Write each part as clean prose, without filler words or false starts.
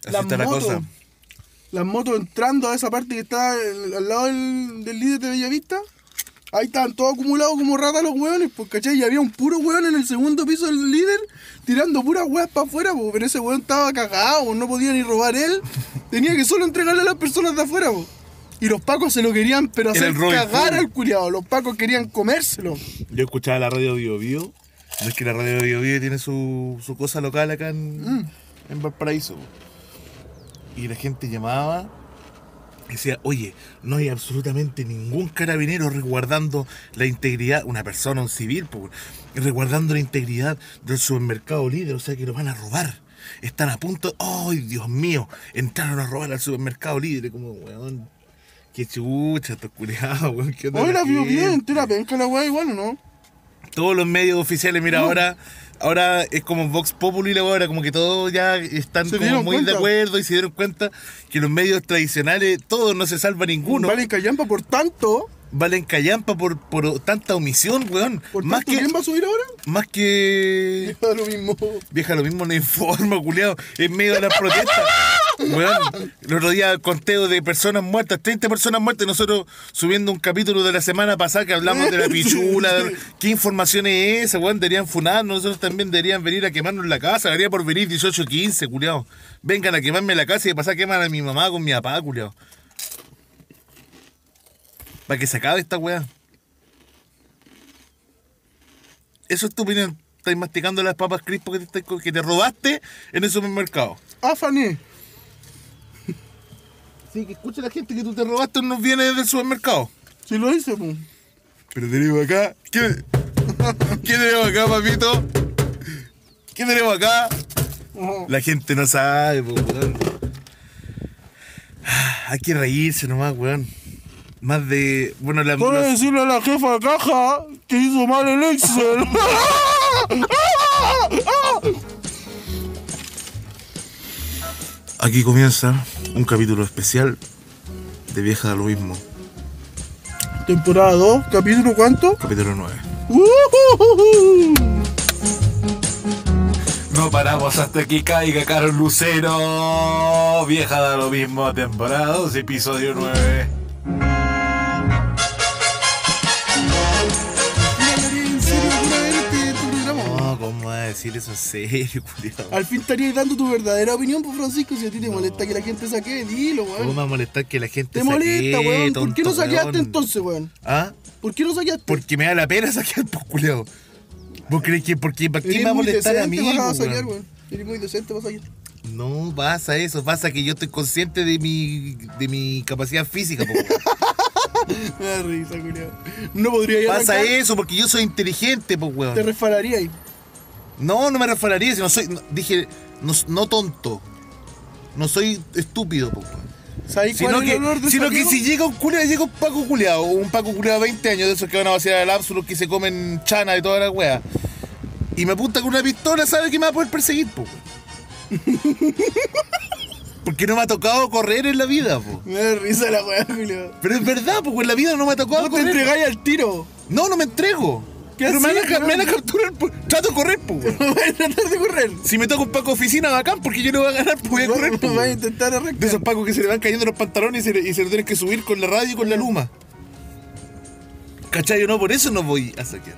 Así está la cosa. Las motos entrando a esa parte que está al lado del líder de Bellavista. Ahí estaban todos acumulados como ratas los hueones, pues, ¿cachai? Y había un puro hueón en el segundo piso del líder tirando puras hueas para afuera, pues, pero ese hueón estaba cagado, pues, no podía ni robar él. Tenía que solo entregarle a las personas de afuera, pues. Y los pacos se lo querían, pero hacer cagar al culiado. Los pacos querían comérselo. Yo escuchaba la radio Bio Bio. No es que la radio Bio Bio tiene su cosa local acá en Valparaíso. Y la gente llamaba y decía, oye, no hay absolutamente ningún carabinero resguardando la integridad, una persona, un civil, resguardando la integridad del supermercado líder, o sea que lo van a robar. Están a punto, ¡ay, Dios mío! Entraron a robar al supermercado líder, como, weón, qué chucha, estos culiados, weón. Hoy la vio bien, entera penca la weá igual, ¿o no? Todos los medios oficiales, mira, ahora es como Vox Populi, ahora como que todos ya están como muy de acuerdo y se dieron cuenta que los medios tradicionales, todos, no se salva ninguno. Valen callampa por tanto. Valen callampa por tanta omisión, weón. ¿Por tanto quién va a subir ahora? Más que... Vieja lo mismo. Vieja lo mismo, no informa, culiado. En medio de las protestas. Weón, el otro día conteo de personas muertas, 30 personas muertas, nosotros subiendo un capítulo de la semana pasada que hablamos de la pichula. ¿Qué información es esa, weón? Deberían funar, nosotros también deberían venir a quemarnos la casa. Debería por venir 18, 15, culiado. Vengan a quemarme la casa y de pasar queman a mi mamá con mi papá, culiado. Para que se acabe esta weá. Eso es tu opinión. Estás masticando las papas crispo que te robaste en el supermercado. Ah, Fanny. Sí, que escuche la gente que tú te robaste unos bienes del supermercado. Sí lo hice, pues. Pero tenemos acá... ¿Qué tenemos acá, papito? ¿Qué tenemos acá? La gente no sabe, pues, weón. Hay que reírse nomás, weón. Más de... Bueno, Puedo decirle a la jefa de caja que hizo mal el Excel. Aquí comienza un capítulo especial de Vieja da lo mismo. Temporada 2, capítulo ¿cuánto? Capítulo 9. No paramos hasta que caiga Carol Lucero. Vieja da lo mismo, temporada 2, episodio 9. ¿Cómo vas a decir eso en serio, culiao? Al fin estarías dando tu verdadera opinión, pues, Francisco. Si a ti te molesta que la gente saque, dilo, weón. ¿Cómo me va a molestar que la gente te saque? Molesta, weón. ¿Por qué no tonto, saqueaste weón? entonces, weón? ¿Ah? ¿Por qué no saqueaste? Porque me da la pena saquear, pues, culiao. ¿Vos crees que para qué me va a molestar a mí, vas a saquear, weón? weón. Eres muy decente, vas a saquear. No pasa eso, pasa que yo estoy consciente de mi capacidad física, po. Me da risa, culiao. No podría ir a Pasa arrancar. eso porque yo soy inteligente, pues, weón. Te resfalaría ahí. No me resfalaría, si no soy... dije, no tonto. No soy estúpido, pues, weón. ¿Sabes cuál es el olor de Sino que saqueo? si llega un Paco culiao, o un Paco culiao de 20 años, de esos que van a vaciar el Absolut, que se comen chana y toda la wea, y me apunta con una pistola, sabe que me va a poder perseguir, pues, weón. Porque no me ha tocado correr en la vida, po. Me da risa la weá, culiao. Pero es verdad, pues en la vida no me ha tocado No te correr. entregáis al tiro. No me entrego. ¿Qué Pero me hacías, van a weón? capturar, trato de correr, pues, weón. No vas a tratar de correr. Si me toca un Paco oficina, bacán, porque yo no voy a ganar, pues voy a correr, pues, Vas a weón. intentar arrancar. De esos Pacos que se le van cayendo los pantalones y se lo tienen que subir con la radio y con la luma. ¿Cachai? Yo no, por eso no voy a saquear.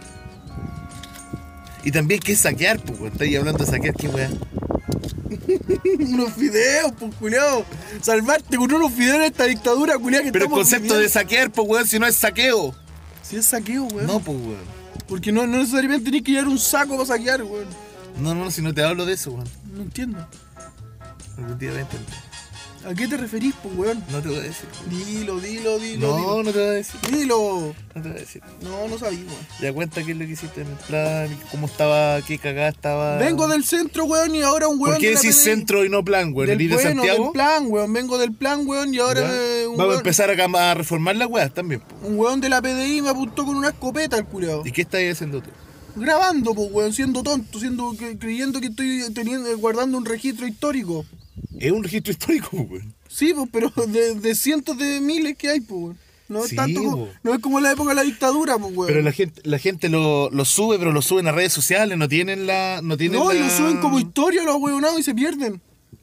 Y también, ¿qué es saquear, pues, weón? Estáis hablando de saquear, ¿qué weón? Unos fideos, pues, culiao. Salvarte con unos fideos en esta dictadura, culiao, que Pero el estamos concepto viviendo. de saquear, pues, weón, si no es saqueo. Si es saqueo, weón. No, pues, weón. Porque no necesariamente tenés que llevar un saco para saquear, weón. No, si no te hablo de eso, weón. No entiendo. Algún día voy a entender. ¿A qué te referís, pues, weón? No te voy a decir. Dilo. No te voy a decir. Dilo. No te voy a decir. No sabía, weón. Ya cuenta qué es lo que hiciste en el plan, cómo estaba, qué cagada estaba. Vengo del centro, weón, y ahora un weón. ¿Por qué de la decís PDI. centro y no plan, weón? ¿El ir de Santiago? Del plan, weón. Vengo del plan, weón, y ahora un Vamos a weón, empezar a reformar las weas también, po. un weón de la PDI me apuntó con una escopeta al culiao. ¿Y qué estás haciendo tú? Grabando, pues, weón, siendo tonto, creyendo que estoy guardando un registro histórico. Es un registro histórico, weón. Sí, pues, pero de cientos de miles que hay, pues, weón. No es Sí, tanto po. no es como la época de la dictadura, pues, weón. Pero la gente lo sube, pero lo suben a redes sociales, no tienen No, y lo suben como historia los weonados y se pierden.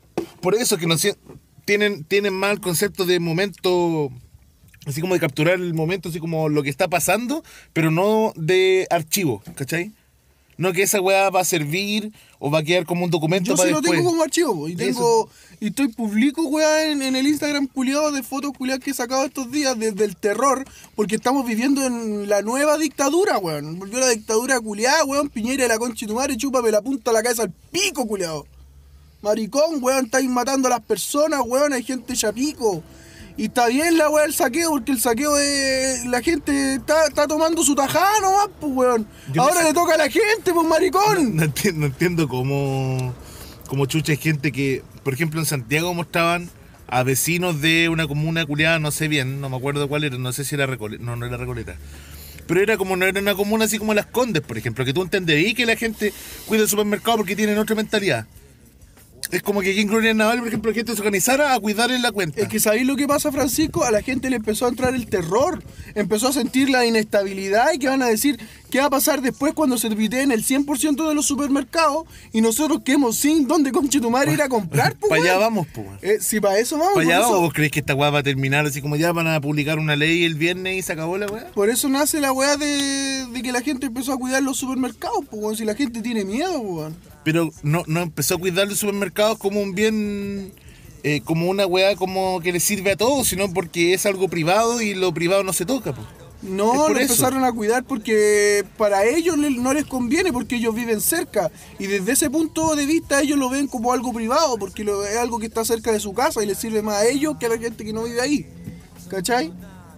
Por eso que no tienen mal concepto de momento, así como de capturar el momento, así como lo que está pasando, pero no de archivo, ¿cachai? No que esa weá va a servir o va a quedar como un documento Yo para sí lo después. tengo como archivo, po, y estoy publico, weá, en el Instagram culiado de fotos culiadas que he sacado estos días desde el terror, porque estamos viviendo en la nueva dictadura, weón. Volvió la dictadura culiada, weón, Piñera de la concha de tu madre, chúpame la punta de la cabeza al pico, culiado. Maricón, weón, estáis matando a las personas, weón, hay gente chapico. Y está bien la weá del saqueo, porque el saqueo es. La gente está tomando su tajada nomás, pues weón. Ahora le toca a la gente, pues maricón. No entiendo cómo chucha hay gente que, por ejemplo, en Santiago mostraban a vecinos de una comuna culiada, no sé bien, no me acuerdo cuál era, no sé si era Recoleta, no era Recoleta. Pero no era una comuna así como Las Condes, por ejemplo, que tú entenderías que la gente cuida el supermercado porque tienen otra mentalidad. Es como que aquí en Gloria Naval, por ejemplo, la gente se organizara a cuidar en la cuenta. Es que ¿sabéis lo que pasa, Francisco? A la gente le empezó a entrar el terror, empezó a sentir la inestabilidad y que van a decir qué va a pasar después cuando se en el 100% de los supermercados y nosotros quedemos sin dónde conche tu madre ir a comprar, pues. Para allá vamos, pues. Si para eso vamos. Para allá vamos. ¿Vos crees que esta weá va a terminar así como ya van a publicar una ley el viernes y se acabó la weá? Por eso nace la weá de que la gente empezó a cuidar los supermercados, pues, si la gente tiene miedo, pues. Pero no empezó a cuidar los supermercados como un bien, como una weá como que le sirve a todos, sino porque es algo privado y lo privado no se toca, pues. No, lo empezaron a cuidar porque para ellos no les conviene, porque ellos viven cerca. Y desde ese punto de vista ellos lo ven como algo privado, porque es algo que está cerca de su casa y les sirve más a ellos que a la gente que no vive ahí. ¿Cachai?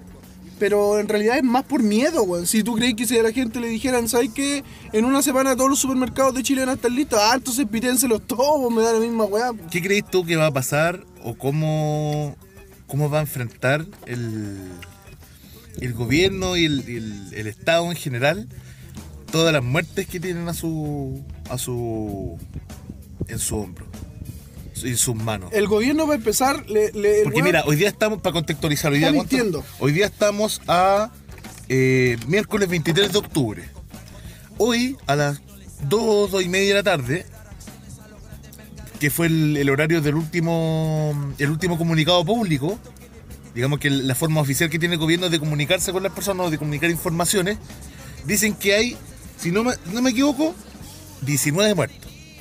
Pero en realidad es más por miedo, weón. Si tú crees que si a la gente le dijeran, ¿sabes qué? En una semana todos los supermercados de Chile van a estar listos. Ah, entonces pítenselos todos, me da la misma weá. ¿Qué crees tú que va a pasar o cómo va a enfrentar el gobierno y el Estado en general todas las muertes que tienen en su hombro? En sus manos. El gobierno va a empezar... Porque mira, hoy día estamos, para contextualizar, hoy día estamos a miércoles 23 de octubre. Hoy, a las 2:30 de la tarde, que fue el horario del último comunicado público, digamos que la forma oficial que tiene el gobierno de comunicarse con las personas o de comunicar informaciones, dicen que hay, si no me equivoco, 19 muertos.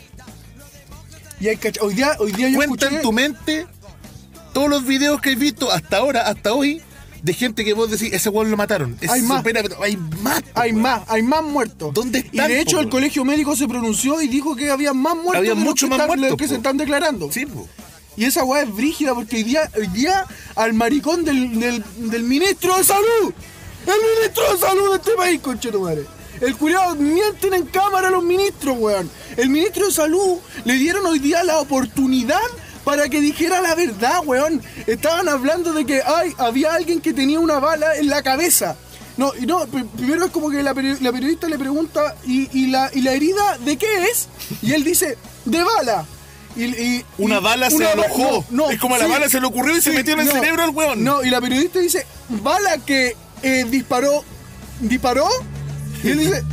Y hoy día yo Cuenta escuché... en tu mente todos los videos que has visto hasta ahora, hasta hoy, de gente que vos decís, ese weón lo mataron. Hay más. Hay más muertos. ¿Dónde están? Y de hecho el colegio médico se pronunció y dijo que había más muertos había de los mucho que, más están, muertos, que se están declarando. Sí, po. Y esa weá es brígida porque hoy día al maricón del ministro de salud, el ministro de salud de este país, conchetumare. El culiao mienten en cámara a los ministros, weón. El ministro de salud le dieron hoy día la oportunidad para que dijera la verdad, weón. Estaban hablando de que había alguien que tenía una bala en la cabeza. Primero es como que la periodista le pregunta, ¿y la herida de qué es? Y él dice, de bala. Una bala se enojó. Es como la bala se le ocurrió y se metió en el cerebro al weón. No, y la periodista dice, bala que disparó. Y él dice,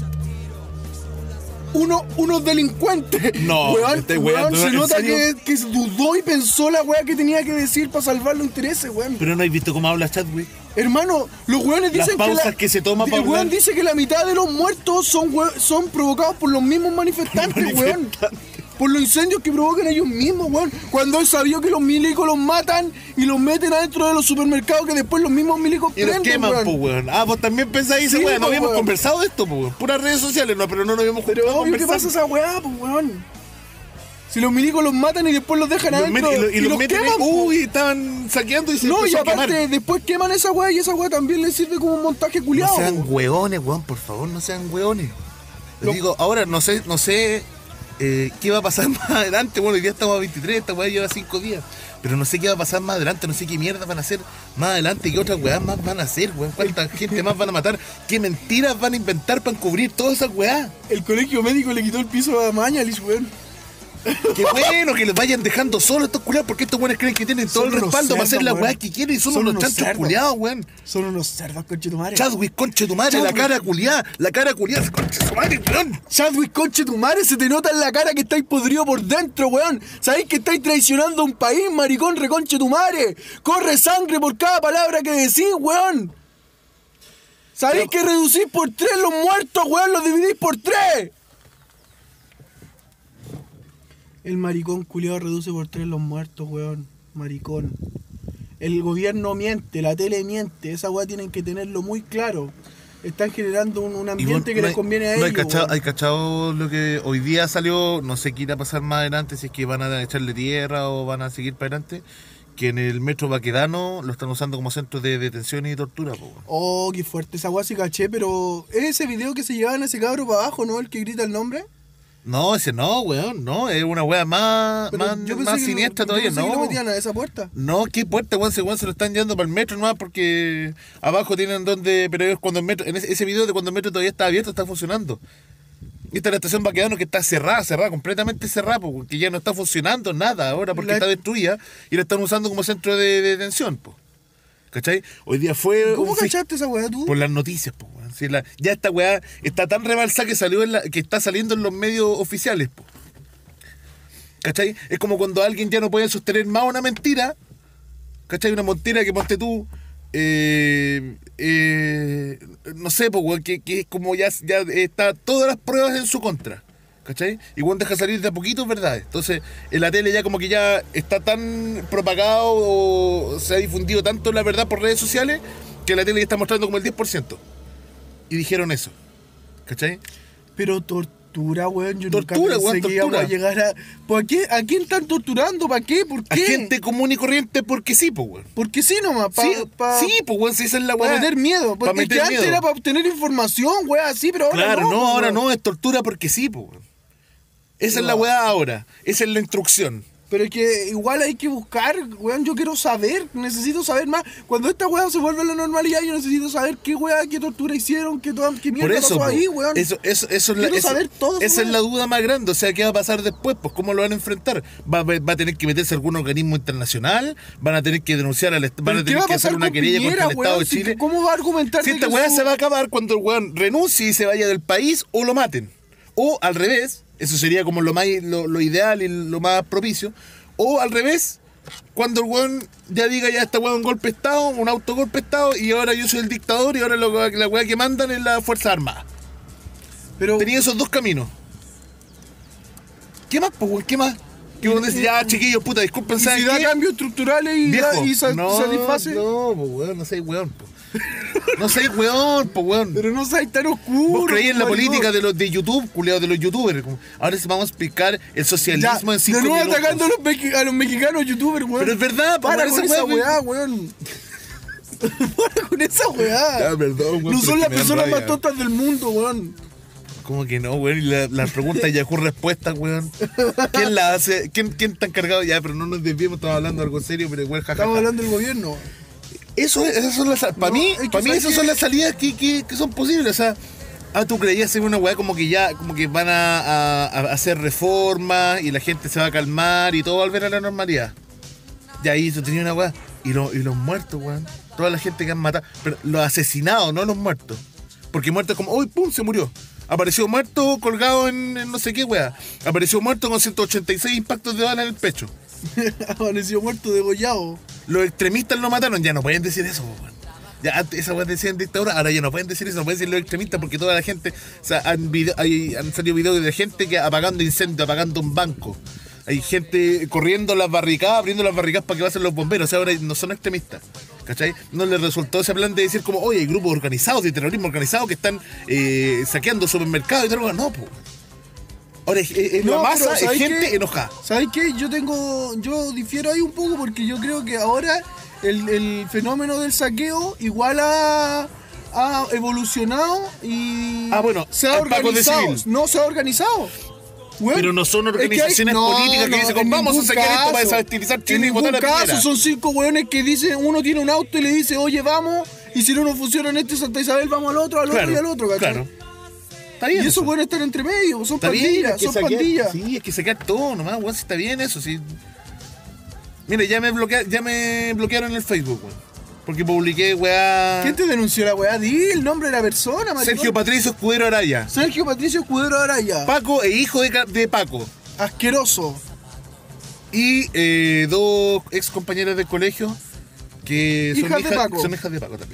unos delincuentes. No, weón, se nota que dudó y pensó la weá que tenía que decir para salvar los intereses, weón. Pero no has visto cómo habla Chadwick. Hermano, los weones dicen las pausas que se toma para el weón hablar. dice que la mitad de los muertos son provocados por los mismos manifestantes, weón. Por los incendios que provocan ellos mismos, weón. Cuando él sabía que los milicos los matan y los meten adentro de los supermercados que después los mismos milicos y los queman, weón. Weón. Vos también pensáis, sí, weón, no habíamos conversado de esto, weón. Puras redes sociales, no, pero no nos habíamos juntado a conversar. ¿Qué pasa esa weá, weón? Si los milicos los matan y después los dejan adentro y los queman, estaban saqueando y se no, y aparte a quemar. Después queman esa weá y esa weá también les sirve como un montaje culiado. No sean weones, weón, por favor, no sean weones. Les digo, ahora no sé qué va a pasar más adelante. Bueno, hoy día estamos a 23, esta weá lleva 5 días. Pero no sé qué va a pasar más adelante, no sé qué mierda van a hacer más adelante, qué otras weás más van a hacer, weón. Cuánta gente más van a matar, qué mentiras van a inventar para encubrir todas esas weás. El colegio médico le quitó el piso a Mañalich, weón. Qué bueno que los vayan dejando solos estos culiados, porque estos weones creen que tienen todo Son el unos respaldo para hacer la cerdos, weá weón. que quieren y son Son unos unos chanchos cerdos. culiados, weón. Son unos cerdos, conchetumare. Chadwick, conche tu madre, la Chadwick. cara culiada, conche tu madre, weón. Chadwick, conchetumare, se te nota en la cara que estáis podrido por dentro, weón. Sabéis que estáis traicionando a un país, maricón, reconchetumare. Corre sangre por cada palabra que decís, weón. Sabéis que reducís por 3 los muertos, weón, los dividís por 3. El maricón culiado reduce por 3 los muertos, weón. Maricón. El gobierno miente, la tele miente. Esa weá tienen que tenerlo muy claro. Están generando un ambiente que les conviene a no ellos. hay cachado lo que hoy día salió, no sé qué irá a pasar más adelante, si es que van a echarle tierra o van a seguir para adelante, que en el metro Baquedano lo están usando como centro de detención y tortura, po. Oh, qué fuerte esa weá, sí caché, pero ¿es ese video que se llevaban a ese cabro para abajo, no? El que grita el nombre. No, ese no, weón, no, es una wea más Pero yo pensé que siniestra todavía, yo pensé que lo no. metían a esa puerta. No, ¿qué puerta, weón? Ese weón se lo están llevando para el metro nomás porque abajo tienen donde... Pero es cuando el metro... En ese video de cuando el metro todavía está abierto, está funcionando. Y esta es la estación Baquedano que está cerrada, completamente cerrada, porque ya no está funcionando nada ahora porque está destruida y la están usando como centro de detención, po. ¿Cachai? Hoy día fue... ¿Cómo cachaste esa weá tú? Por las noticias, po, weón. Si ya esta weá está tan rebalsada que salió que está saliendo en los medios oficiales, po. ¿Cachai? Es como cuando alguien ya no puede sostener más una mentira. ¿Cachai? Una mentira que ponte tú. No sé, pues, weón, que es como ya está todas las pruebas en su contra. ¿Cachai? Y weón deja salir de a poquito verdades. Entonces, en la tele ya como que ya está tan propagado o se ha difundido tanto la verdad por redes sociales que la tele ya está mostrando como el 10%. Y dijeron eso. ¿Cachai? Pero tortura, weón. Yo Tortura, nunca pensé weón, que íbamos a tortura. llegar a... ¿Por qué? ¿A quién están torturando? ¿Para qué? ¿Por A qué? gente común y corriente porque sí, pues, weón. Porque sí nomás, Sí, pues, weón, si esa es la para weá. meter miedo. Pa' Porque meter antes miedo. era para obtener información, weá, sí, pero ahora Claro, no. no, pues, ahora weón. no, es tortura porque sí, pues, weón. Esa es la No. weá ahora. Esa es la instrucción. Pero es que igual hay que buscar, weón, yo quiero saber, necesito saber más. Cuando esta weá se vuelve a la normalidad, yo necesito saber qué weá, qué tortura hicieron, qué mierda Por eso, pasó ahí, po, weón. eso es Quiero saber todo eso, esa es weón. la duda más grande. O sea, ¿qué va a pasar después? Pues, ¿cómo lo van a enfrentar? ¿Va a tener que meterse algún organismo internacional? ¿Van a tener que denunciar van a ¿Pero qué tener va a que hacer pasar una con querella contra Piñera, el Estado weón? de Chile? ¿Cómo va a argumentar Si de esta que weá su- se va a acabar cuando el weón renuncie y se vaya del país o lo maten. O al revés, eso sería como lo ideal y lo más propicio. O al revés, cuando el weón ya diga ya esta weá un golpe de Estado, un autogolpe de Estado, y ahora yo soy el dictador y ahora la weá que mandan es la Fuerza Armada. Pero Tenía esos dos caminos. ¿Qué más, pues, weón? ¿Qué más? Que uno dice, ya, chiquillos, puta, disculpen, ¿y si ¿saben da qué? cambios estructurales y, Viejo, satisface? no, pues, weón, no seas weón, pues. No seas weón, pues, weón. Pero no seas tan oscuro. Vos creí en la maricón. política de los de YouTube, culiados, de los youtubers. Como, ahora sí vamos a explicar el Ya, socialismo en 5 de nuevo minutos. atacando a los mexicanos youtubers, weón. Pero es verdad, para por con esa esa weá, weá, weón. Para con esa weá. Ya, perdón, weón, No pero son es las que me dan personas más rabia. tontas del mundo, weón. ¿Cómo que no, weón? Y las preguntas Yahoo respuestas, weón. ¿Quién la hace? ¿Quién está encargado? Ya, pero no nos desviemos, estamos hablando de algo serio, pero weón, jajaja. Estamos hablando del gobierno. Esas son las... Para No, mí, es que para mí ¿sabes esas qué? son las salidas que son posibles. O sea, tú creías en una weá como que ya, como que van a hacer reformas y la gente se va a calmar y todo va a volver a la normalidad. Y ahí yo tenía una weá. Y los muertos, weón. Toda la gente que han matado. Pero los asesinados, no los muertos. Porque muertos como, uy, pum, se murió. Apareció muerto colgado en no sé qué weá. Apareció muerto con 186 impactos de bala en el pecho. Amaneció muerto, degollado. Los extremistas lo mataron, ya no pueden decir eso, po, weón. Ya antes esa weá decían dictadura, ahora ya no pueden decir eso, no pueden decir los extremistas porque toda la gente, o sea, han salido videos de gente que apagando incendios, apagando un banco. Hay gente corriendo las barricadas, abriendo las barricadas para que pasen los bomberos, o sea, ahora no son extremistas. ¿Cachai? No les resultó ese plan de decir como, oye, hay grupos organizados de terrorismo organizado que están saqueando supermercados y tal, no, pues. Ahora es No, la masa, pero es ¿sabes gente qué? enojada. ¿Sabes qué? Yo difiero ahí un poco porque yo creo que ahora el fenómeno del saqueo igual ha evolucionado y Bueno, se ha al Paco de organizado. Civil. No se ha organizado. Weón, Pero no son es que organizaciones políticas que dicen, en vamos a ningún sacar esto para caso. desestabilizar Chile En y ningún votar a caso Piñera. son 5 weones que dicen, uno tiene un auto y le dice, oye, vamos, y si no nos funciona en este Santa Isabel, vamos al otro y al otro, ¿cachai? Claro. Está bien Y esos eso. weones están entre medio, son Está bien, pandillas, es que son saquear- pandillas. Sí, es que saquear todo nomás, weón, si está bien eso, sí. Mira, ya me bloquearon en el Facebook, weón. Porque publiqué, weá. ¿Quién te denunció la weá? Di el nombre de la persona, maricón. Sergio Patricio Escudero Araya. Sergio Patricio Escudero Araya. Paco e hijo de Paco. Asqueroso. Y dos ex compañeras del colegio que son Hijas de Paco. son hijas de Paco también.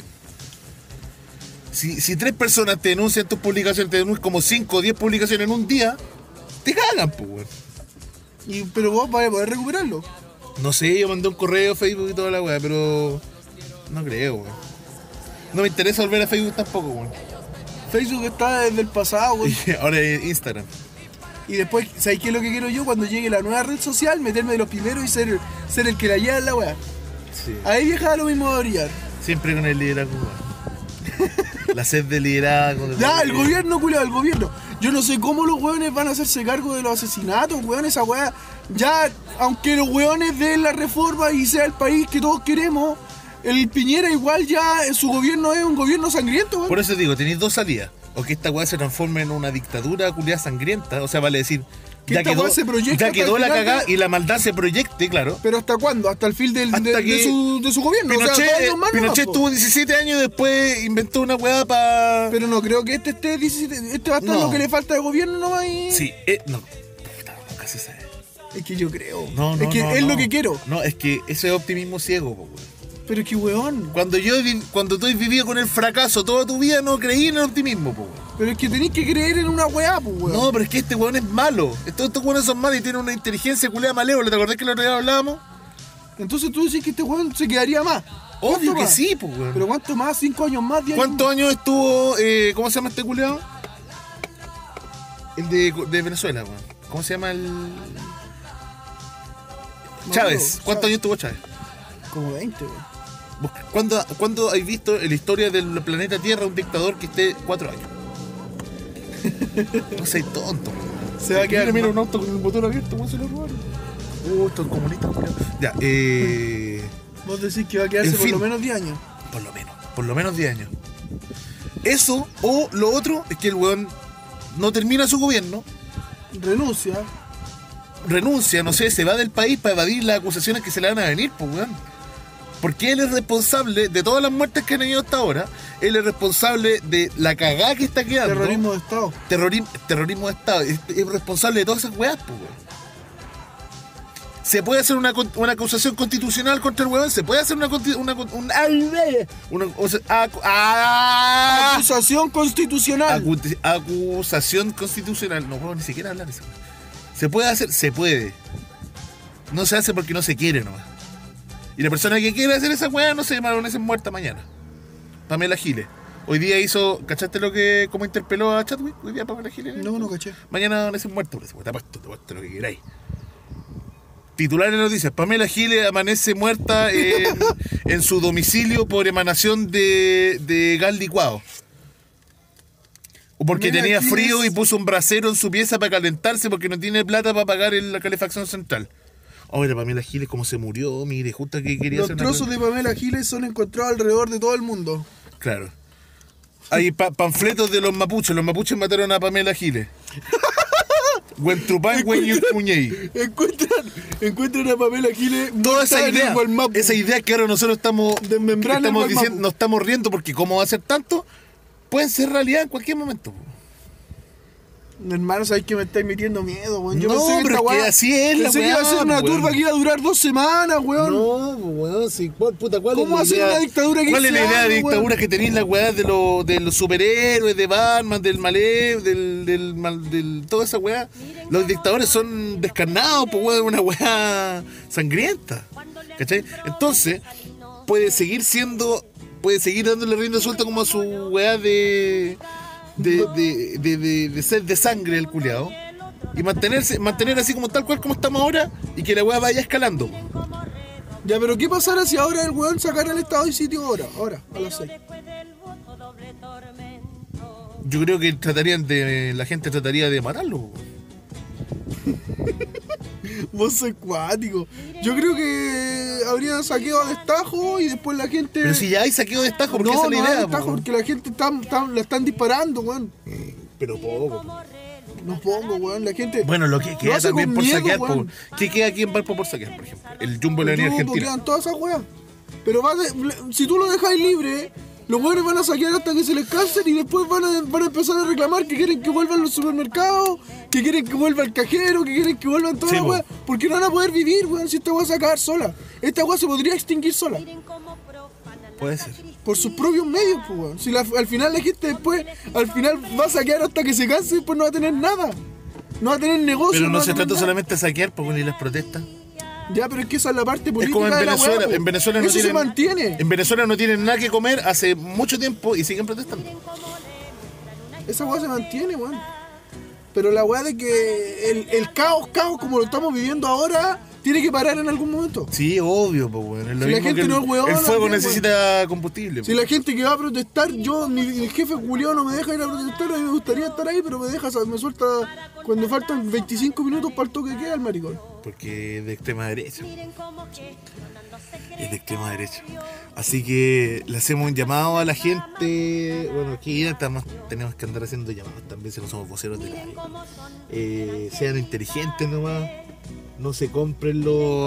Si 3 personas te denuncian tus publicaciones, te denuncian como 5 o 10 publicaciones en un día, te cagan, pues, weón. Pero vos vas a poder recuperarlo. No sé, yo mandé un correo a Facebook y toda la weá, pero no creo, weón. No me interesa volver a Facebook tampoco, weón. Facebook está desde el pasado, weón. Y ahora es Instagram. Y después, ¿sabes qué es lo que quiero yo? Cuando llegue la nueva red social, meterme de los primeros y ser el que la lleva en la weá. Sí. Ahí viajaba lo mismo de brillar. Siempre con el liderazgo, weón. La sed de liderazgo. Ya, el gobierno, culiao, el gobierno. Yo no sé cómo los weones van a hacerse cargo de los asesinatos, weón, esa weá. Ya, aunque los weones den la reforma y sea el país que todos queremos, el Piñera igual ya, su gobierno es un gobierno sangriento, weón. Por eso digo, tenéis dos salidas. O que esta weá se transforme en una dictadura culiada sangrienta. O sea, vale decir, Que esta weá se proyecte ya hasta quedó el la final cagada de- y la maldad se proyecte, claro. Pero ¿hasta cuándo? Hasta el fin Hasta de que su gobierno. Pinochet, o sea, 2 años más nomás, Pinochet po. tuvo 17 años y después inventó una weá para... Pero no creo que este esté 17. Este va a estar No. lo que le falta de gobierno nomás y... Sí, no. Puta, nunca se sabe. Es que yo creo. No, es que es lo que quiero. No, es que eso es optimismo ciego, po, weón. Pero es que weón. Cuando tú has vivido con el fracaso toda tu vida, no creí en el optimismo, po, weón. Pero es que tenéis que creer en una weá, pues weón. No, pero es que este weón es malo. Estos weones son malos y tienen una inteligencia culiada malévola. ¿Te acordás que el otro día hablábamos? Entonces tú decís que este weón se quedaría más. Obvio ¿Cuánto que más? sí, pues, weón. Pero ¿cuánto más? ¿5 años más? 10 años ¿Cuántos años estuvo, cómo se llama este culiado? El de Venezuela, weón. ¿Cómo se llama el...? más? Chávez. Maduro, ¿Cuántos años estuvo Chávez? Como 20, weón. ¿Cuándo has visto en la historia del planeta Tierra un dictador que esté 4 años? No seas tonto, weón. Se va a quedar Mira, más. un auto con el motor abierto, weón, se lo robaron. Estos comunistas, culiao. Ya, Vos decís que va a quedarse En por fin. lo menos 10 años. por lo menos 10 años. Eso, o lo otro, es que el weón no termina su gobierno, renuncia, no sé, se va del país para evadir las acusaciones que se le van a venir, pues weón. Porque él es responsable de todas las muertes que han habido hasta ahora, él es responsable de la cagada que está quedando. Terrorismo de Estado. Terrorismo de Estado, es responsable de todas esas weas, pues weón. ¿Se puede hacer una acusación constitucional contra el weón? ¿Se puede hacer Acusación constitucional. acusación constitucional? No puedo ni siquiera hablar de eso. ¿Se puede hacer? Se puede. No se hace porque no se quiere nomás. Y la persona que quiere hacer esa weá no se amanece muerta mañana. Pamela Giles. Hoy día hizo, ¿cachaste cómo interpeló a Chadwick? Hoy día Pamela Giles. No caché. Mañana amanece muerta, te he puesto lo que queráis. Titular de noticias: Pamela Giles amanece muerta en su domicilio por emanación de gas licuado. O porque Pamela tenía Giles- frío y puso un brasero en su pieza para calentarse porque no tiene plata para pagar la calefacción central. Oye, Pamela Giles, cómo se murió, mire, justo que quería Los hacer trozos de Pamela Giles son encontrados alrededor de todo el mundo. Claro. Hay panfletos de los mapuches mataron a Pamela Giles. Huentrupán, Hueñuñey. Encuentran a Pamela Giles Toda esa muerta en idea, el Gualmapu. esa idea que ahora nosotros estamos Desmembrando el Gualmapu. diciendo, nos estamos riendo porque cómo va a ser tanto, pueden ser realidad en cualquier momento. Hermano, sabes que me estáis metiendo miedo, weón. Yo No, pensé que pero esta es que weá- así es la pensé que iba a weá, ser una weón. turba que iba a durar 2 semanas, weón. No, weón, sí, puta, ¿cuál ¿Cómo es la hacer idea? una dictadura que ¿Cuál es la sea, idea de weón? dictadura que tenéis las weas de los superhéroes, de Batman, del Malé, del toda esa weá? Los dictadores son descarnados, pues weón, una weá sangrienta. ¿Cachai? Entonces, puede seguir dándole rienda suelta como a su weá de sed de sangre el culiao. Y mantener así como tal cual como estamos ahora y que la weá vaya escalando. Ya, pero ¿qué pasará si ahora el weón sacara el estado de sitio ahora, a las 6? Yo creo que la gente trataría de matarlo. Vos sos cuático. Yo creo que habría saqueo a destajo y después la gente... Pero si ya hay saqueo de estajo, porque no, esa es la no idea. hay destajo, po. porque la gente la están disparando, weón. Pero poco. No pongo, weón. La gente. Bueno, lo que lo queda hace también con por miedo, saquear, weón. ¿qué queda aquí en Valpo por saquear, por ejemplo? El Jumbo de la Avenida Jumbo, Argentina. quedan todas esas weas. Pero si tú lo dejas libre, los weones van a saquear hasta que se les cansen y después van a empezar a reclamar que quieren que vuelvan los supermercados, que quieren que vuelva el cajero, que quieren que vuelvan todas Sí, las po. weas. Porque no van a poder vivir, weón, si esta wea se va a acabar sola. Esta wea se podría extinguir sola. Puede ser. Por sus propios medios, pues, weón. Si al final la gente después, al final va a saquear hasta que se canse y después no va a tener nada. No va a tener negocio. Pero no va a se tener trata nada. solamente de saquear, porque ni las protestas. Ya, pero es que esa es la parte política Es como en de la Venezuela. weá, po. En Venezuela no eso tienen, se mantiene. En Venezuela no tienen nada que comer hace mucho tiempo y siguen protestando. Esa weá se mantiene, weón. Pero la weá de que el caos como lo estamos viviendo ahora, tiene que parar en algún momento. Sí, obvio, pues, bueno. Es lo Si la mismo gente que no es huevona, el fuego bien, necesita combustible. Si la gente que va a protestar, mi jefe Julio no me deja ir a protestar, a mí me gustaría estar ahí, pero me suelta cuando faltan 25 minutos para el toque que queda el maricón. Porque es de extrema derecha. Es de extrema derecha. Así que le hacemos un llamado a la gente. Bueno, aquí ya tenemos que andar haciendo llamados también si no somos voceros de nadie. Sean inteligentes nomás. No se compren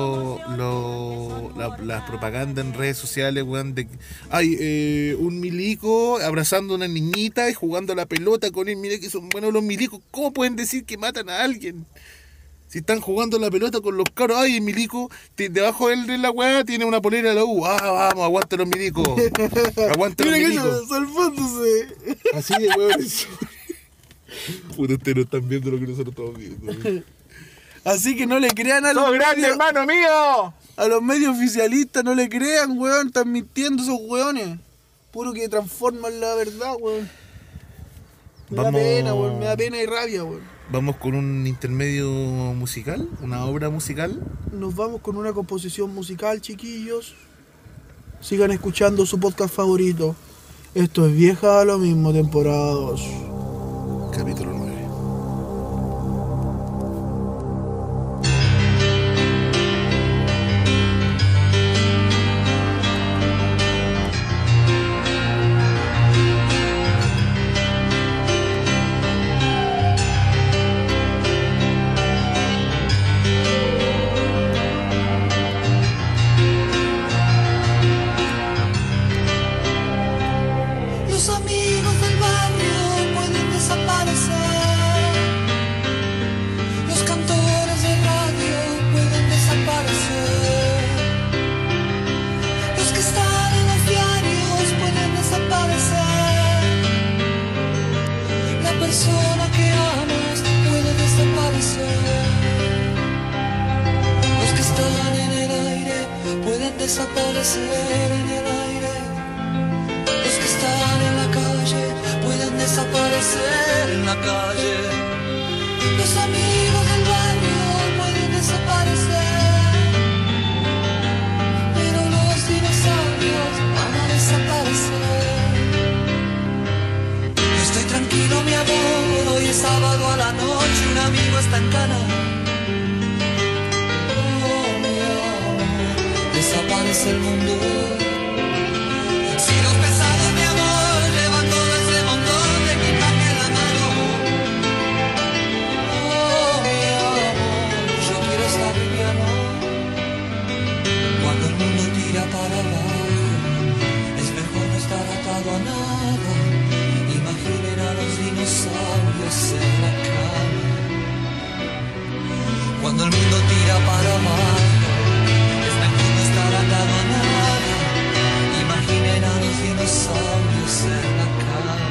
las propagandas en redes sociales, weón, de hay un milico abrazando a una niñita y jugando a la pelota con él. Mira que son buenos los milicos. ¿Cómo pueden decir que matan a alguien? Si están jugando a la pelota con los caros, ay, el milico, debajo de la weá tiene una polera de la U. Ah, vamos, aguanta los milicos. Aguanta los Mira que milicos. salvándose. Así de weones. Puta, ustedes no están viendo lo que nosotros estamos viendo. Así que no le crean a ¡Sos grande, medios, hermano mío! a los medios oficialistas, no le crean, weón, están mintiendo esos weones. Puro que transforman la verdad, weón. Me da pena, weón, me da pena y rabia, weón. Vamos con un intermedio musical, una obra musical. Nos vamos con una composición musical, chiquillos. Sigan escuchando su podcast favorito. Esto es Vieja a lo mismo, temporada 2. Capítulo 9. Los amigos del barrio pueden desaparecer. Los cantores de radio pueden desaparecer. Los que están en los diarios pueden desaparecer. La persona que amas puede desaparecer. Los que están en el aire pueden desaparecer en el aire. Los que están en la calle pueden desaparecer en la calle. Los amigos del barrio pueden desaparecer. Pero los dinosaurios van a desaparecer. Yo estoy tranquilo, mi amor, hoy es sábado a la noche, un amigo está en cana. Oh, mi amor, desaparece el mundo. Si los pesados, mi amor, llevan todo ese montón de equipaje en la mano. Oh, mi amor, yo quiero estar liviano. Cuando el mundo tira para abajo, es mejor no estar atado a nada. Imaginen a los dinosaurios en la cama. Cuando el mundo tira para abajo, es mejor no estar atado a nada. Imaginen a los dinosaurios en la cama.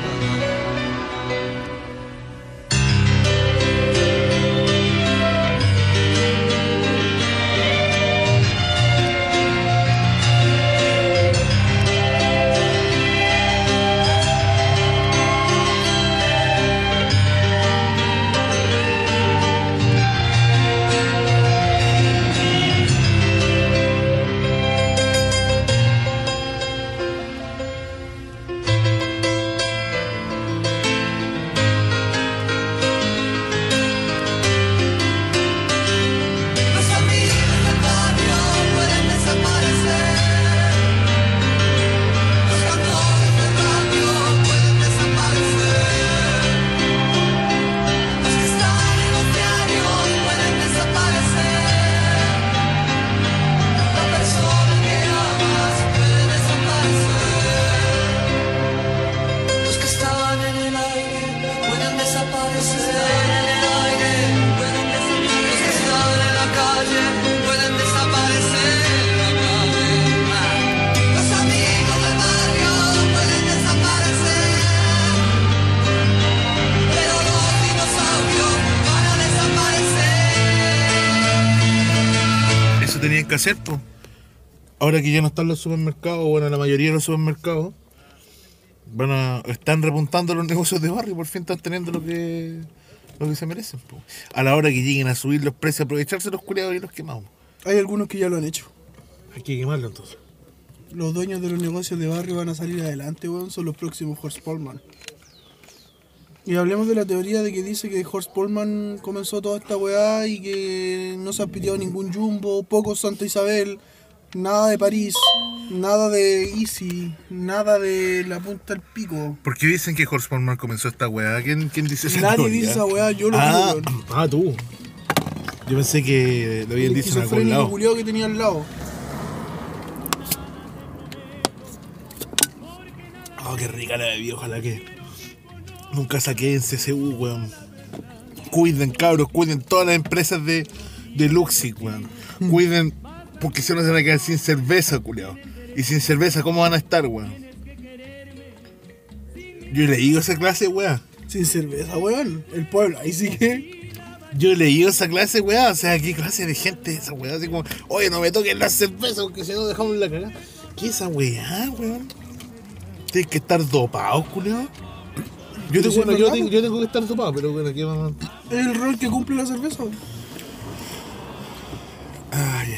tenían que hacer, pues. Ahora que ya no están los supermercados, bueno, la mayoría de los supermercados están repuntando los negocios de barrio, por fin están teniendo lo que se merecen, po. A la hora que lleguen a subir los precios, aprovecharse los culiados y los quemamos. Hay algunos que ya lo han hecho. Hay que quemarlo entonces. Los dueños de los negocios de barrio van a salir adelante, weón, son los próximos Horst Polman. Y hablemos de la teoría de que dice que Horst Polman comenzó toda esta weá y que no se ha piteado ningún Jumbo, poco Santa Isabel, nada de París, nada de Easy, nada de la punta al pico. ¿Por qué dicen que Horst Polman comenzó esta weá? ¿Quién dice esa Nadie teoría? dice esa weá, yo lo digo, weón. Tú. Yo pensé que lo habían El dicho en algún esquizofrénico lado. culiao que tenía al lado. Oh, qué rica la bebida, ojalá que nunca saqué en CCU, weón. Cuiden, cabros, cuiden todas las empresas de Luxic, weón. Cuiden, porque si no se van a quedar sin cerveza, culiao. Y sin cerveza, ¿cómo van a estar, weón? Yo he leído esa clase, weón. Sin cerveza, weón. El pueblo, ahí sí que... Yo he leído esa clase, weón. O sea, ¿qué clase de gente es esa, weón? Así como, oye, no me toquen la cerveza porque si no dejamos la cagada. ¿Qué es esa weá, weón? Tienes que estar dopado, culiao. Yo tengo que estar dopado, pero bueno, aquí vamos. Es el rol que cumple la cerveza. Ay.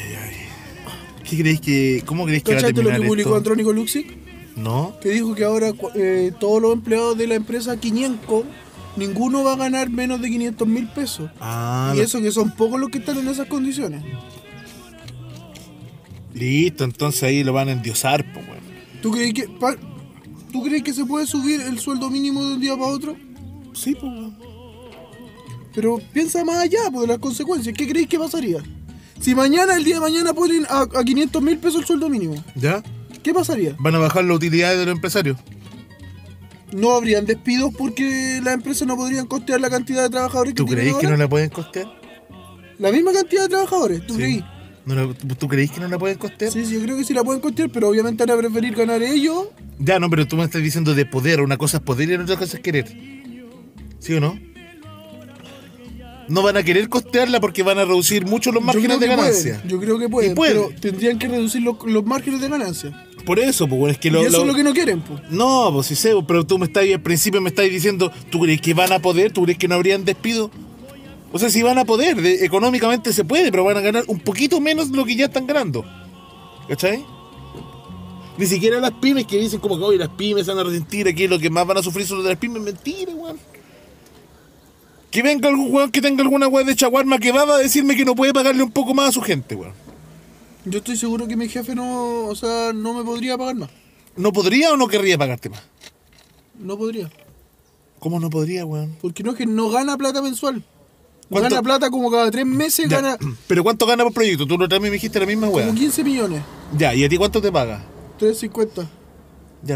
¿Cómo creéis que va a ¿Cachaste lo terminar que publicó esto? Andrónico Luxic? ¿No? Que dijo que ahora todos los empleados de la empresa Quiñenco, ninguno va a ganar menos de 500.000 pesos. Ah, Y eso que son pocos los que están en esas condiciones. listo, entonces ahí lo van a endiosar, pues, weón. ¿Tú crees que se puede subir el sueldo mínimo de un día para otro? Sí, pues, weón. Pero piensa más allá pues, de las consecuencias. ¿Qué creéis que pasaría? Si mañana, el día de mañana, ponen a 500.000 pesos el sueldo mínimo, ¿Ya? ¿qué pasaría? Van a bajar las utilidades de los empresarios. No habrían despidos porque las empresas no podrían costear la cantidad de trabajadores que ¿Tú tienen creéis que ahora. no la pueden costear? La misma cantidad de trabajadores, ¿tú Sí. creí? ¿Tú creéis que no la pueden costear? Sí, yo creo que sí la pueden costear, pero obviamente van a preferir ganar ellos. Ya, no, pero tú me estás diciendo de poder. Una cosa es poder y otra cosa es querer. ¿Sí o no? No van a querer costearla porque van a reducir mucho los márgenes de ganancia. Yo creo que pueden, Y pueden. pero tendrían que reducir los márgenes de ganancia. Por eso, pues, bueno, es que Y eso es lo que no quieren, pues. No, pues sí sé, pero tú me estás al principio me estás diciendo, ¿tú crees que van a poder? ¿Tú crees que no habrían despido? O sea, si van a poder, económicamente se puede, pero van a ganar un poquito menos de lo que ya están ganando. ¿Cachai? Ni siquiera las pymes que dicen como que hoy las pymes se van a resentir, aquí lo que más van a sufrir son los de las pymes. Mentira, weón. Que venga algún weón que tenga alguna weón de chaguarma que va a decirme que no puede pagarle un poco más a su gente, weón. Yo estoy seguro que mi jefe no me podría pagar más. ¿No podría o no querría pagarte más? No podría. ¿Cómo no podría, weón? Porque no es que no gana plata mensual. ¿Cuánto? Gana plata como cada 3 meses, Ya, gana ¿pero cuánto gana por proyecto? Tú lo otra vez me dijiste la misma weá. como 15 millones. Ya, ¿y a ti cuánto te paga? 350. Ya.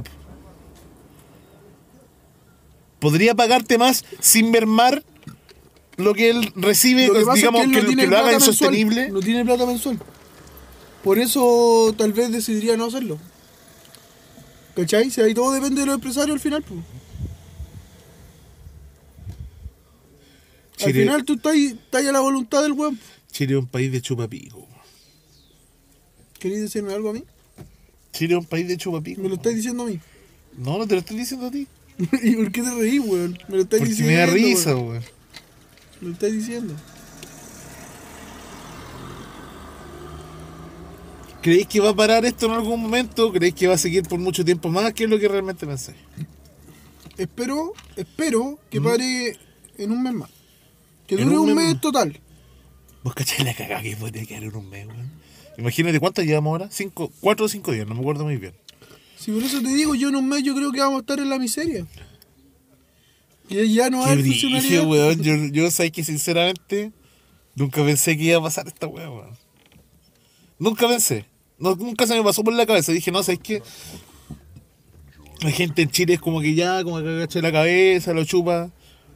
¿Podría pagarte más sin mermar lo que él recibe? Lo que pasa Digamos es que, él no tiene que lo haga plata insostenible. mensual. No tiene plata mensual. Por eso tal vez decidiría no hacerlo. ¿Cachai? Si ahí todo depende de los empresarios al final, pues. Al Chile, final tú estás a la voluntad del weón. Chile es un país de chupapico. ¿Queréis decirme algo a mí? Chile es un país de chupapico. Me lo estáis diciendo a mí. No, no te lo estoy diciendo a ti. ¿Y por qué te reís, weón? Me lo estáis Porque diciendo. me da risa, weón. weón. Me lo estáis diciendo. ¿Creéis que va a parar esto en algún momento? ¿Creéis que va a seguir por mucho tiempo más? ¿Qué es lo que realmente pensáis? Espero que pare en un mes más. Que ¿En dure un un mes mes más? total. ¿Vos cachai la cagada que podría quedar en un mes, weón? Imagínate cuánto llevamos ahora. 4 o 5 días, no me acuerdo muy bien. Si por eso te digo, yo en un mes yo creo que vamos a estar en la miseria. Y ya no Qué hay brillo, funcionalidad. weón. Yo sé que sinceramente nunca pensé que iba a pasar esta weón. Nunca pensé. Nunca se me pasó por la cabeza. Dije, no, ¿sabes qué? La gente en Chile es como que ya, como que agacha la cabeza, lo chupa,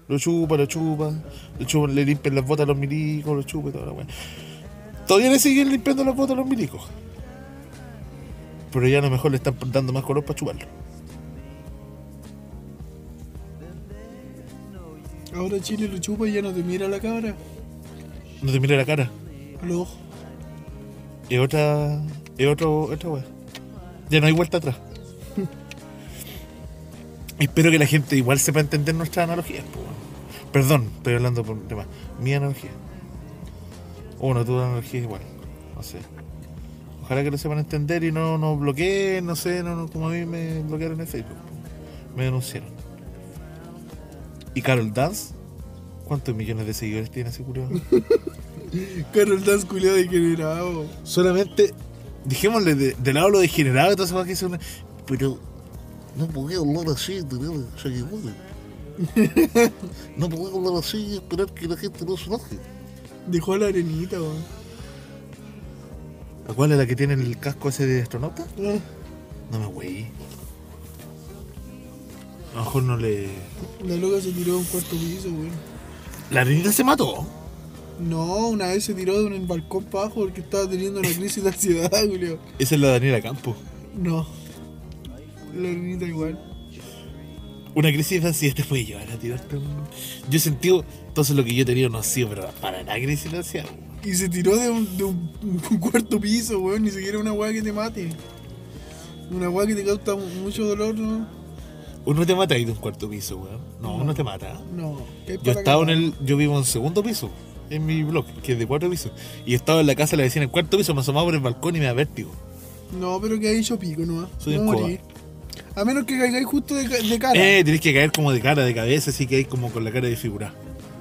le limpian las botas a los milicos, lo chupa y toda la weón. Todavía le siguen limpiando las botas a los milicos. Pero ya a lo mejor le están dando más color para chuparlo. Ahora Chile lo chupa y ya no te mira la cara. No te mira la cara. A los ojos. otra weá. Ya no hay vuelta atrás. Espero que la gente igual sepa entender nuestras analogías, po, weón. Perdón, estoy hablando por un tema. Mi analogía. Bueno, tu analogía es igual. No sé. Ojalá que lo sepan entender y no nos bloqueen, no sé, como a mí me bloquearon en Facebook. Me denunciaron. ¿Y Carol Dance? ¿Cuántos millones de seguidores tiene ese culiado? Carol Dance culiado degenerado. Solamente, dijémosle de lado lo degenerado y todas esas cosas que son. Pero no podía hablar así, tener seguidores. No podía hablar así y esperar que la gente no se enoje. Dejó la arenita, weón. ¿A cuál es la que tiene el casco ese de astronauta? No me güey. A lo mejor no le. La loca se tiró de un cuarto piso, weón. ¿La arenita se mató? No, una vez se tiró de un balcón para abajo porque estaba teniendo una crisis de ansiedad, Julio. Esa es la Daniela Campos. No. La arenita igual. Una crisis de ansiedad te puede llevar a tirarte un... Yo he sentido, entonces lo que yo he tenido no ha sido, pero para nada crisis de ansiedad. Y se tiró de un cuarto piso, weón. Ni siquiera una weá que te mate. Una weá que te causa mucho dolor, ¿no? Uno te mata ahí de un cuarto piso, weón. No, uno te mata. No. Yo estaba yo vivo en segundo piso, en mi blog, que es de 4 pisos. Y estaba en la casa de la vecina en el cuarto piso, me asomaba por el balcón y me da vértigo. No, pero que ahí yo pico, ¿no? Soy no un morí. A menos que caigáis justo de cara. Tenés que caer como de cara, de cabeza, así que hay como con la cara desfigurada.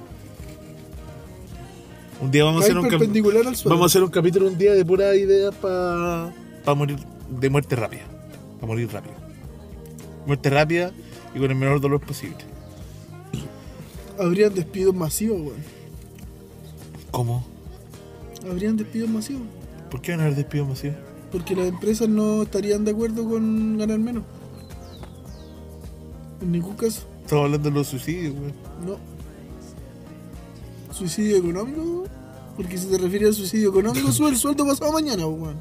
Un día vamos a hacer perpendicular al suelo. vamos a hacer un capítulo un día de pura idea para morir de muerte rápida. Para morir rápido. Muerte rápida y con el menor dolor posible. Habrían despidos masivos, weón. ¿Cómo? Habrían despidos masivos. ¿Por qué van a haber despidos masivos? Porque las empresas no estarían de acuerdo con ganar menos. En ningún caso. Estamos hablando de los suicidios, weón. No. ¿Suicidio económico? Porque si te refieres al suicidio económico, sube el sueldo pasado mañana, weón.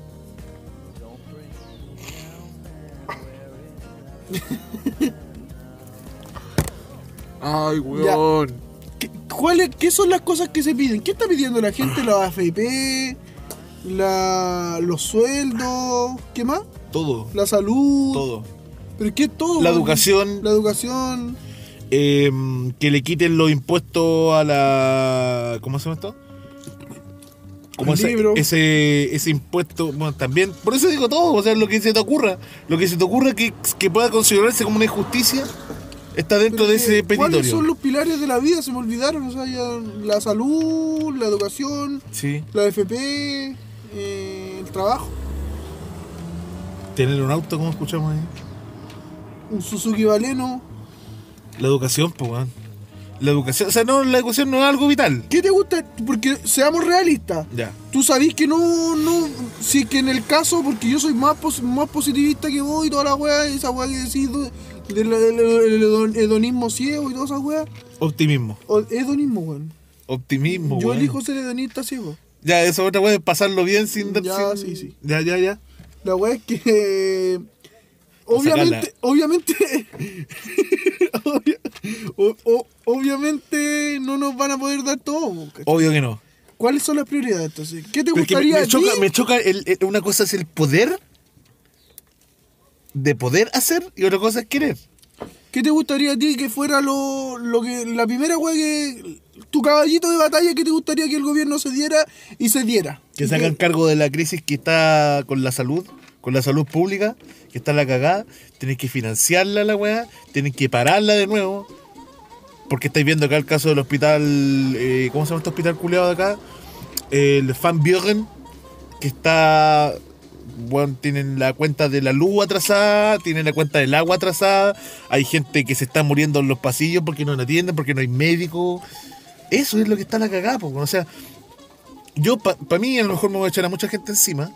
Ay, weón. ¿Qué son las cosas que se piden? ¿Qué está pidiendo la gente? ¿La AFP? ¿Los sueldos? ¿Qué más? Todo. ¿La salud? Todo. ¿Pero qué es todo? La educación. La educación. Que le quiten los impuestos a la... ¿Cómo se llama esto? Como ese impuesto, bueno, también, por eso digo todo, o sea, lo que se te ocurra que pueda considerarse como una injusticia, está dentro de ese petitorio. ¿Cuáles son los pilares de la vida? Se me olvidaron, o sea, ya la salud, la educación, sí, la AFP, el trabajo. Tener un auto, como escuchamos ahí. Un Suzuki Baleno. La educación, pues, weón. La educación, o sea, no, la educación no es algo vital. ¿Qué te gusta? Porque seamos realistas. Ya. Tú sabés que no, si que en el caso, porque yo soy más positivista que vos y toda la weá, esa weá que decís del hedonismo ciego y toda esa weá. Optimismo. Hedonismo, weón. Optimismo, yo weón. elijo ser hedonista ciego. Ya, esa otra weá es pasarlo bien sin... Ya, sin... sí. Ya. La weá es que... Obviamente no nos van a poder dar todo, ¿cachai? Obvio que no. ¿Cuáles son las prioridades entonces? ¿Qué te Pero gustaría a ti? me choca una cosa es el poder de poder hacer y otra cosa es querer. ¿Qué te gustaría a ti que fuera lo que la primera weá que tu caballito de batalla que te gustaría que el gobierno se diera y se diera? Que se hagan cargo de la crisis que está con la salud pública, que está la cagada, tienen que financiarla la weá, tienen que pararla de nuevo. Porque estáis viendo acá el caso del hospital, ¿cómo se llama este hospital culiado de acá? El Van Buren, que está, bueno, tienen la cuenta de la luz atrasada, tienen la cuenta del agua atrasada, hay gente que se está muriendo en los pasillos porque no la atienden, porque no hay médico. Eso es lo que está la cagada, o sea, yo, para mí, a lo mejor me voy a echar a mucha gente encima,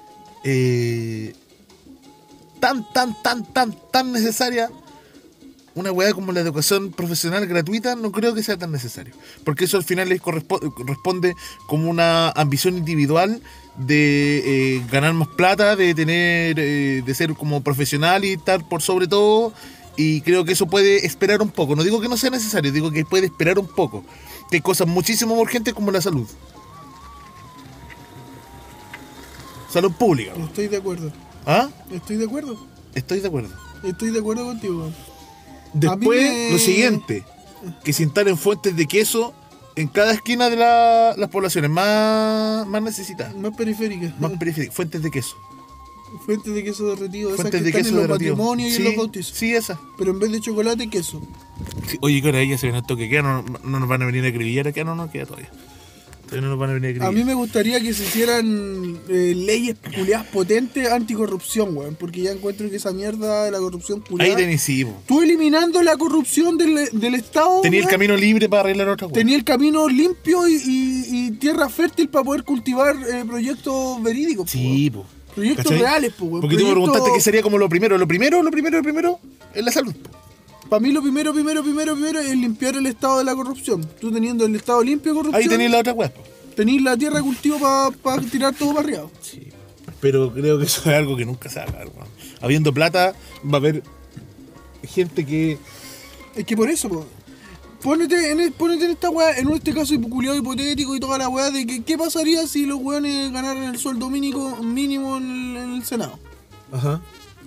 tan necesaria una weá como la educación profesional gratuita. No creo que sea tan necesario, porque eso al final les corresponde como una ambición individual de ganar más plata, de tener de ser como profesional y estar por sobre todo, y creo que eso puede esperar un poco. No digo que no sea necesario, digo que puede esperar un poco, que hay cosas muchísimo más urgentes como la salud. Salud pública, weón. Estoy de acuerdo. ¿Ah? Estoy de acuerdo. Estoy de acuerdo. Estoy de acuerdo contigo, weón. Después, A mí me- lo siguiente, que se instalen fuentes de queso en cada esquina de las poblaciones más necesitadas, Más periférica. más periféricas, fuentes de queso. Fuentes de queso derretido. Esas Fuentes que de están queso en los derretido. matrimonios y en los bautizos. Sí, esa. Pero en vez de chocolate, queso. Sí, oye, con ella se viene esto que queda, no nos van a venir a acribillar acá, no queda todavía. Todavía no nos van a venir a A acribillar. mí me gustaría que se hicieran leyes culiadas potentes anticorrupción, weón. Porque ya encuentro que esa mierda de la corrupción Ahí culiada. tenés, sí, po. Tú eliminando la corrupción del Estado. Tenía el weón, camino libre para arreglar otra cosa. Tenía el camino limpio y tierra fértil para poder cultivar proyectos verídicos. Sí, po. Proyectos ¿Cachai? reales, po, weón. Porque tú me preguntaste qué sería como lo primero es la salud, po. Para mí lo primero es limpiar el estado de la corrupción. Tú teniendo el estado limpio de corrupción, Ahí tenés la otra weá, po. tenés la tierra de cultivo para tirar todo para arriba. Sí. Pero creo que eso es algo que nunca se va a acabar, weón. Habiendo plata, va a haber gente que. Es que por eso, po. Ponete en esta weá, en este caso culiado hipotético y toda la weá de que qué pasaría si los weones ganaran el sueldo mínimo en el Senado. Ajá.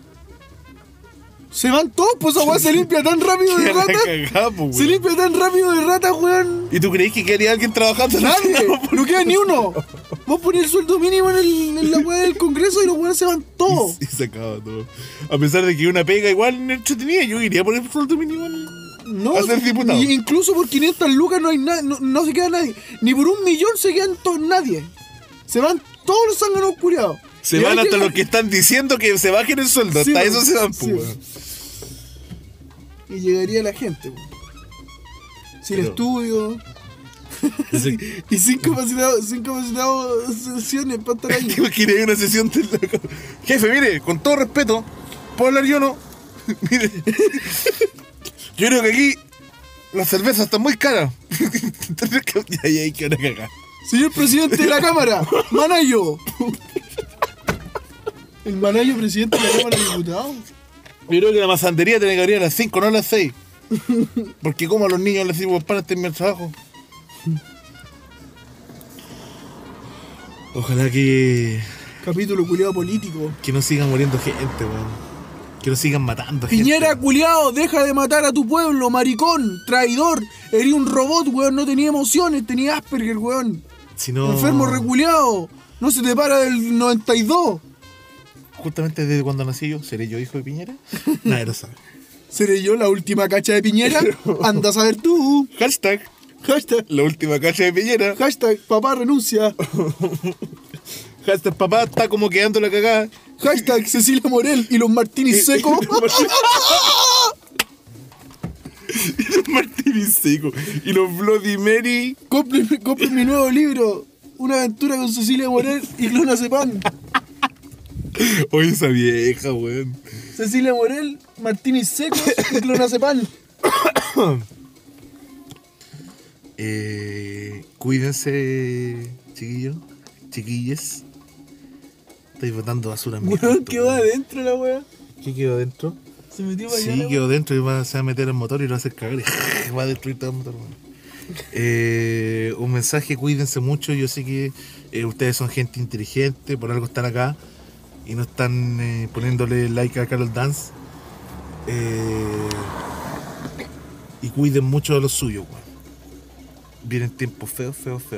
Se van todos, pues esa weá se limpia tan rápido de rata. Se limpia tan rápido de rata, weón. ¿Y tú crees que quedaría alguien trabajando en el Nadie, Senado? no queda ni uno. Vos ponés el sueldo mínimo en la weá del Congreso y los weones se van todos. Y se acaba todo. A pesar de que una pega igual entretenida, yo iría por el sueldo mínimo No, a ser diputado. y incluso por 500 lucas no hay no se queda nadie. Ni por 1 millón se quedan todos nadie. Se van todos los zánganos curiados. Se van hasta los que están diciendo que se bajen el sueldo. Sí, hasta weón. eso se van, Sí, pues, weón. weón. Y llegaría la gente, weón. Sin Pero- estudio. Y sin capacitados sesiones para estar ahí. ¿Te imaginas una sesión de la... Jefe, mire, con todo respeto, ¿puedo hablar yo o no? Mire, yo creo que aquí las cervezas están muy caras. Y ahí hay que una cagar. Señor presidente de la Cámara, Manayo. El Manayo, presidente de la Cámara de Diputados. Yo creo que la masandería tiene que abrir a las 5, no a las 6. Porque como a los niños les digo, para terminar el trabajo. Ojalá que Capítulo culiado político. no sigan muriendo gente, weón. Que no sigan matando gente. Piñera, culiao, deja de matar a tu pueblo, maricón, traidor. Eres un robot, weón, no tenía emociones, tenía Asperger, weón. Si no, Enfermo reculeado. No se te para del 92. justamente desde cuando nací yo, ¿seré yo hijo de Piñera? Nadie lo sabe. ¿Seré yo la última cacha de Piñera? Anda a saber tú. Hashtag, Hashtag, la última cacha de Piñera. hashtag, papá renuncia. Hashtag, papá está como quedando la cagada. Hashtag, Cecilia Morel y los Martínez Seco. Martínez Seco. Y los Bloody Mary. Compren mi nuevo libro. Una aventura con Cecilia Morel y Clonazepam. Oye, esa vieja, weón. Cecilia Morel, Martínez Seco y Clonazepam. Cuídense, chiquillos, chiquilles. Estoy botando basura en mi Weón, auto, quedó weón. adentro la wea. ¿Qué quedó adentro? Se metió para allá. Sí, la quedó dentro y se va a meter el motor y lo va a hacer cagar y va a destruir todo el motor. Un mensaje, cuídense mucho. Yo sé que ustedes son gente inteligente, por algo están acá y no están poniéndole like a Carol Dance. Y cuiden mucho de los suyos, weón. Vienen tiempos feos.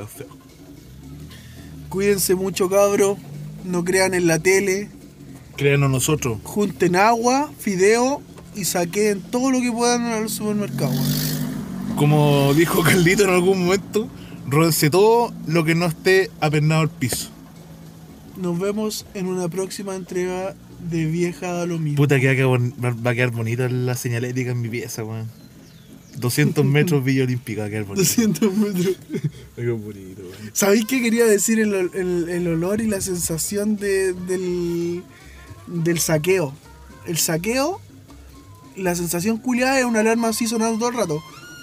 Cuídense mucho, cabros. No crean en la tele. Créanos nosotros. Junten agua, fideo y saquen todo lo que puedan al supermercado. Como dijo Carlito en algún momento, ródense todo lo que no esté apernado al piso. Nos vemos en una próxima entrega de Vieja da lo mismo. Puta que va a quedar bonita la señalética en mi pieza, weón. 200 metros Villa Olímpica, va a quedar bonito. 200 metros. Va a quedar bonito, weón. ¿Sabéis qué quería decir el olor y la sensación del saqueo? El saqueo, la sensación culiada es una alarma así sonando todo el rato.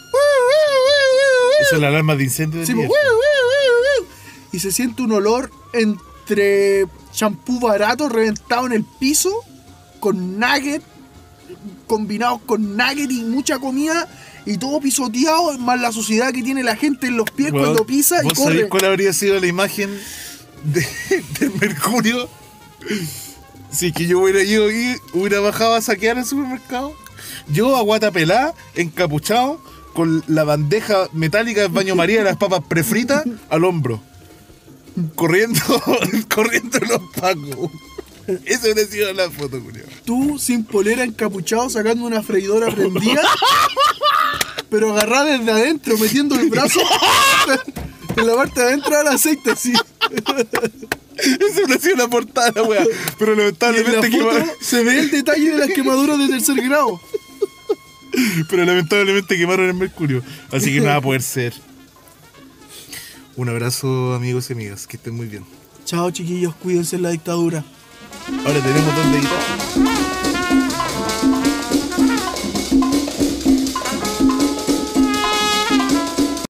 Esa es la alarma de incendio del Sí, día. y se siente un olor entre champú barato reventado en el piso, con nugget, combinados con nugget y mucha comida, y todo pisoteado, más la suciedad que tiene la gente en los pies Weón, cuando pisa y ¿vos sabéis corre. cuál habría sido la imagen del Mercurio. Si que yo hubiera ido y hubiera bajado a saquear el supermercado, yo a guata pelá, encapuchado, con la bandeja metálica del baño María de las papas prefritas al hombro. Corriendo los pacos. Esa hubiera sido la foto, culiao. Tú sin polera encapuchado sacando una freidora prendida, pero agarrada desde adentro, metiendo el brazo en la parte de adentro del aceite así. Esa hubiera sido la portada, la wea. Pero Y en lamentablemente la foto se ve el detalle de las quemaduras de tercer grado. Pero lamentablemente quemaron el Mercurio. Así que no va a poder ser. Un abrazo, amigos y amigas. Que estén muy bien. Chao, chiquillos, cuídense en la dictadura. Ahora tenemos 2 deditos.